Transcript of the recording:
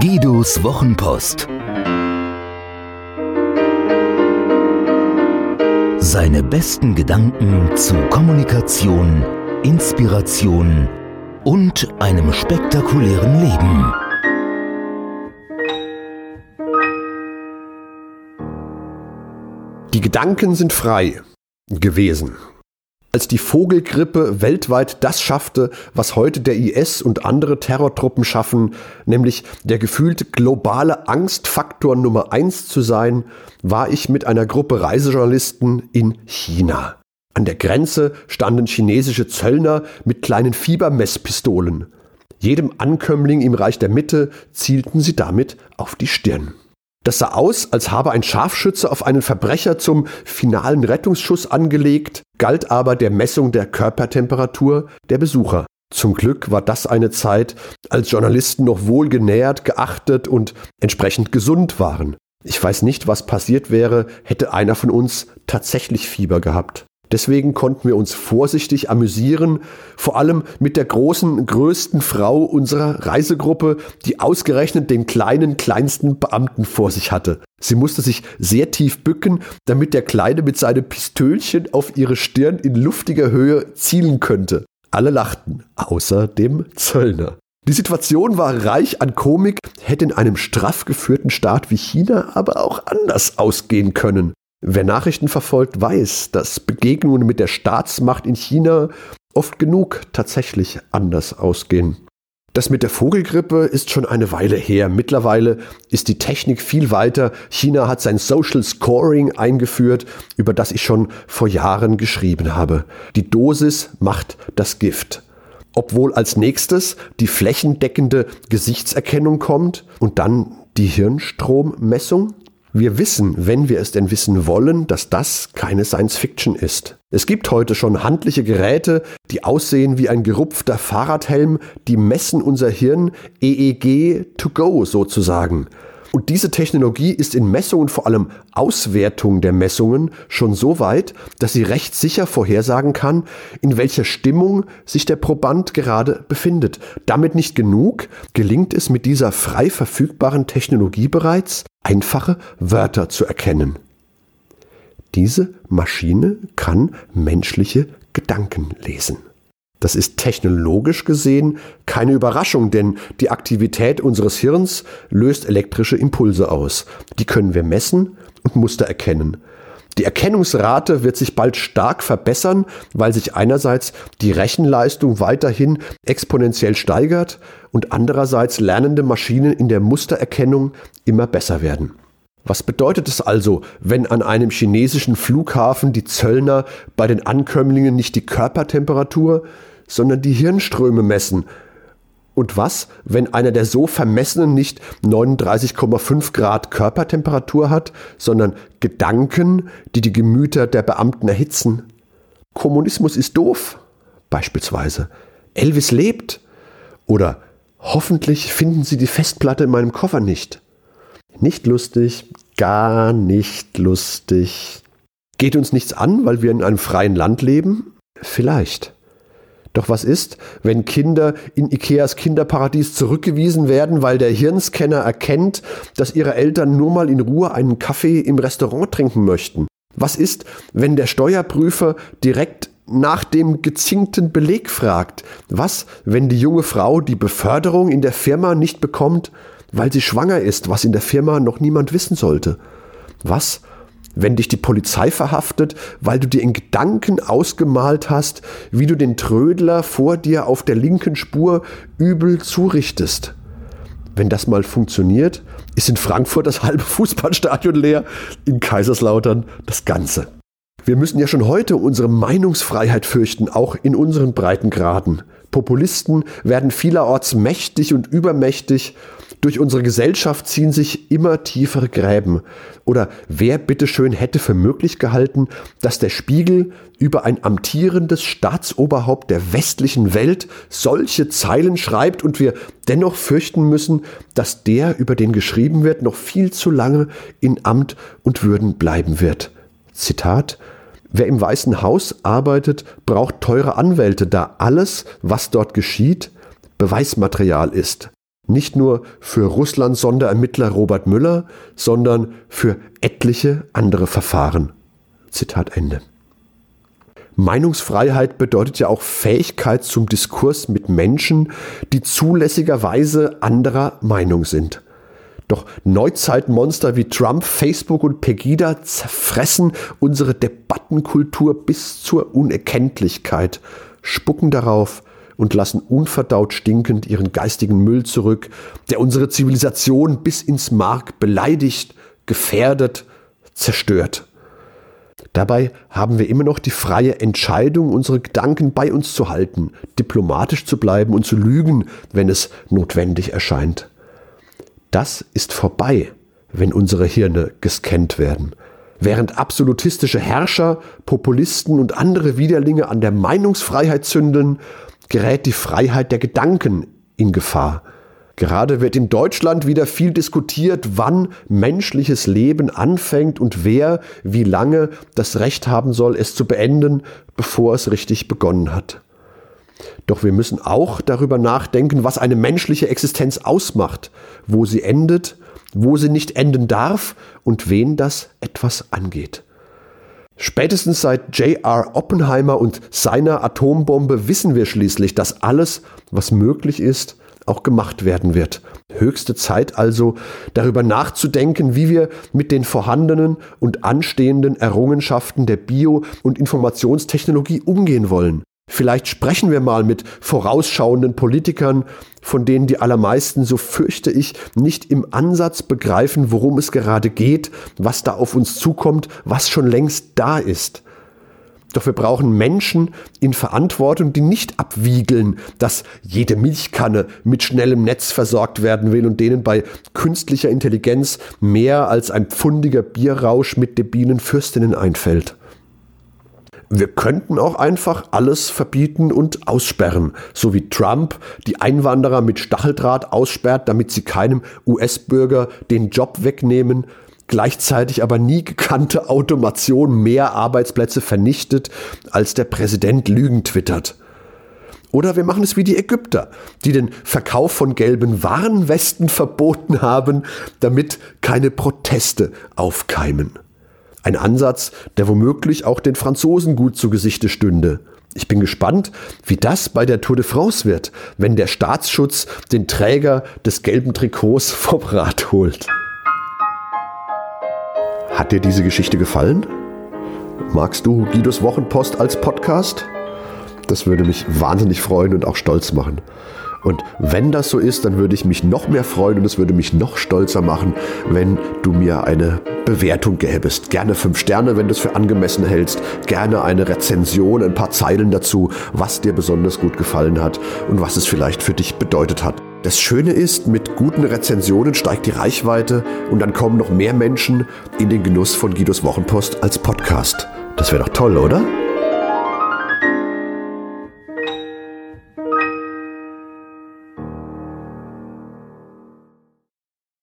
Guidos Wochenpost. Seine besten Gedanken zu Kommunikation, Inspiration und einem spektakulären Leben. Die Gedanken sind frei gewesen. Als die Vogelgrippe weltweit das schaffte, was heute der IS und andere Terrortruppen schaffen, nämlich der gefühlt globale Angstfaktor Nummer 1 zu sein, war ich mit einer Gruppe Reisejournalisten in China. An der Grenze standen chinesische Zöllner mit kleinen Fiebermesspistolen. Jedem Ankömmling im Reich der Mitte zielten sie damit auf die Stirn. Das sah aus, als habe ein Scharfschütze auf einen Verbrecher zum finalen Rettungsschuss angelegt, galt aber der Messung der Körpertemperatur der Besucher. Zum Glück war das eine Zeit, als Journalisten noch wohlgenährt, geachtet und entsprechend gesund waren. Ich weiß nicht, was passiert wäre, hätte einer von uns tatsächlich Fieber gehabt. Deswegen konnten wir uns vorsichtig amüsieren, vor allem mit der größten Frau unserer Reisegruppe, die ausgerechnet den kleinsten Beamten vor sich hatte. Sie musste sich sehr tief bücken, damit der Kleine mit seinem Pistölchen auf ihre Stirn in luftiger Höhe zielen könnte. Alle lachten, außer dem Zöllner. Die Situation war reich an Komik, hätte in einem straff geführten Staat wie China aber auch anders ausgehen können. Wer Nachrichten verfolgt, weiß, dass Begegnungen mit der Staatsmacht in China oft genug tatsächlich anders ausgehen. Das mit der Vogelgrippe ist schon eine Weile her. Mittlerweile ist die Technik viel weiter. China hat sein Social Scoring eingeführt, über das ich schon vor Jahren geschrieben habe. Die Dosis macht das Gift. Obwohl als nächstes die flächendeckende Gesichtserkennung kommt und dann die Hirnstrommessung. Wir wissen, wenn wir es denn wissen wollen, dass das keine Science-Fiction ist. Es gibt heute schon handliche Geräte, die aussehen wie ein gerupfter Fahrradhelm, die messen unser Hirn EEG to go sozusagen. Und diese Technologie ist in Messungen, vor allem Auswertung der Messungen, schon so weit, dass sie recht sicher vorhersagen kann, in welcher Stimmung sich der Proband gerade befindet. Damit nicht genug, gelingt es mit dieser frei verfügbaren Technologie bereits, einfache Wörter zu erkennen. Diese Maschine kann menschliche Gedanken lesen. Das ist technologisch gesehen keine Überraschung, denn die Aktivität unseres Hirns löst elektrische Impulse aus. Die können wir messen und Muster erkennen. Die Erkennungsrate wird sich bald stark verbessern, weil sich einerseits die Rechenleistung weiterhin exponentiell steigert und andererseits lernende Maschinen in der Mustererkennung immer besser werden. Was bedeutet es also, wenn an einem chinesischen Flughafen die Zöllner bei den Ankömmlingen nicht die Körpertemperatur, sondern die Hirnströme messen? Und was, wenn einer der so Vermessenen nicht 39,5 Grad Körpertemperatur hat, sondern Gedanken, die die Gemüter der Beamten erhitzen? Kommunismus ist doof, beispielsweise. Elvis lebt. Oder hoffentlich finden Sie die Festplatte in meinem Koffer nicht. Nicht lustig, gar nicht lustig. Geht uns nichts an, weil wir in einem freien Land leben? Vielleicht. Doch was ist, wenn Kinder in Ikeas Kinderparadies zurückgewiesen werden, weil der Hirnscanner erkennt, dass ihre Eltern nur mal in Ruhe einen Kaffee im Restaurant trinken möchten? Was ist, wenn der Steuerprüfer direkt nach dem gezinkten Beleg fragt? Was, wenn die junge Frau die Beförderung in der Firma nicht bekommt, weil sie schwanger ist, was in der Firma noch niemand wissen sollte? Was, wenn dich die Polizei verhaftet, weil du dir in Gedanken ausgemalt hast, wie du den Trödler vor dir auf der linken Spur übel zurichtest? Wenn das mal funktioniert, ist in Frankfurt das halbe Fußballstadion leer, in Kaiserslautern das Ganze. Wir müssen ja schon heute unsere Meinungsfreiheit fürchten, auch in unseren Breitengraden. Populisten werden vielerorts mächtig und übermächtig. Durch unsere Gesellschaft ziehen sich immer tiefere Gräben. Oder wer bitteschön hätte für möglich gehalten, dass der Spiegel über ein amtierendes Staatsoberhaupt der westlichen Welt solche Zeilen schreibt und wir dennoch fürchten müssen, dass der, über den geschrieben wird, noch viel zu lange in Amt und Würden bleiben wird. Zitat: Wer im Weißen Haus arbeitet, braucht teure Anwälte, da alles, was dort geschieht, Beweismaterial ist. Nicht nur für Russlands Sonderermittler Robert Müller, sondern für etliche andere Verfahren. Zitat Ende. Meinungsfreiheit bedeutet ja auch Fähigkeit zum Diskurs mit Menschen, die zulässigerweise anderer Meinung sind. Doch Neuzeitmonster wie Trump, Facebook und Pegida zerfressen unsere Debattenkultur bis zur Unerkenntlichkeit, spucken darauf und lassen unverdaut stinkend ihren geistigen Müll zurück, der unsere Zivilisation bis ins Mark beleidigt, gefährdet, zerstört. Dabei haben wir immer noch die freie Entscheidung, unsere Gedanken bei uns zu halten, diplomatisch zu bleiben und zu lügen, wenn es notwendig erscheint. Das ist vorbei, wenn unsere Hirne gescannt werden. Während absolutistische Herrscher, Populisten und andere Widerlinge an der Meinungsfreiheit zündeln, gerät die Freiheit der Gedanken in Gefahr. Gerade wird in Deutschland wieder viel diskutiert, wann menschliches Leben anfängt und wer wie lange das Recht haben soll, es zu beenden, bevor es richtig begonnen hat. Doch wir müssen auch darüber nachdenken, was eine menschliche Existenz ausmacht, wo sie endet, wo sie nicht enden darf und wen das etwas angeht. Spätestens seit J.R. Oppenheimer und seiner Atombombe wissen wir schließlich, dass alles, was möglich ist, auch gemacht werden wird. Höchste Zeit also, darüber nachzudenken, wie wir mit den vorhandenen und anstehenden Errungenschaften der Bio- und Informationstechnologie umgehen wollen. Vielleicht sprechen wir mal mit vorausschauenden Politikern, von denen die allermeisten, so fürchte ich, nicht im Ansatz begreifen, worum es gerade geht, was da auf uns zukommt, was schon längst da ist. Doch wir brauchen Menschen in Verantwortung, die nicht abwiegeln, dass jede Milchkanne mit schnellem Netz versorgt werden will und denen bei künstlicher Intelligenz mehr als ein pfundiger Bierrausch mit debilen Fürstinnen einfällt. Wir könnten auch einfach alles verbieten und aussperren, so wie Trump die Einwanderer mit Stacheldraht aussperrt, damit sie keinem US-Bürger den Job wegnehmen, gleichzeitig aber nie gekannte Automation mehr Arbeitsplätze vernichtet, als der Präsident Lügen twittert. Oder wir machen es wie die Ägypter, die den Verkauf von gelben Warnwesten verboten haben, damit keine Proteste aufkeimen. Ein Ansatz, der womöglich auch den Franzosen gut zu Gesichte stünde. Ich bin gespannt, wie das bei der Tour de France wird, wenn der Staatsschutz den Träger des gelben Trikots vom Rad holt. Hat dir diese Geschichte gefallen? Magst du Guidos Wochenpost als Podcast? Das würde mich wahnsinnig freuen und auch stolz machen. Und wenn das so ist, dann würde ich mich noch mehr freuen und es würde mich noch stolzer machen, wenn du mir eine Bewertung gäbest. Gerne 5 Sterne, wenn du es für angemessen hältst. Gerne eine Rezension, ein paar Zeilen dazu, was dir besonders gut gefallen hat und was es vielleicht für dich bedeutet hat. Das Schöne ist, mit guten Rezensionen steigt die Reichweite und dann kommen noch mehr Menschen in den Genuss von Guidos Wochenpost als Podcast. Das wäre doch toll, oder?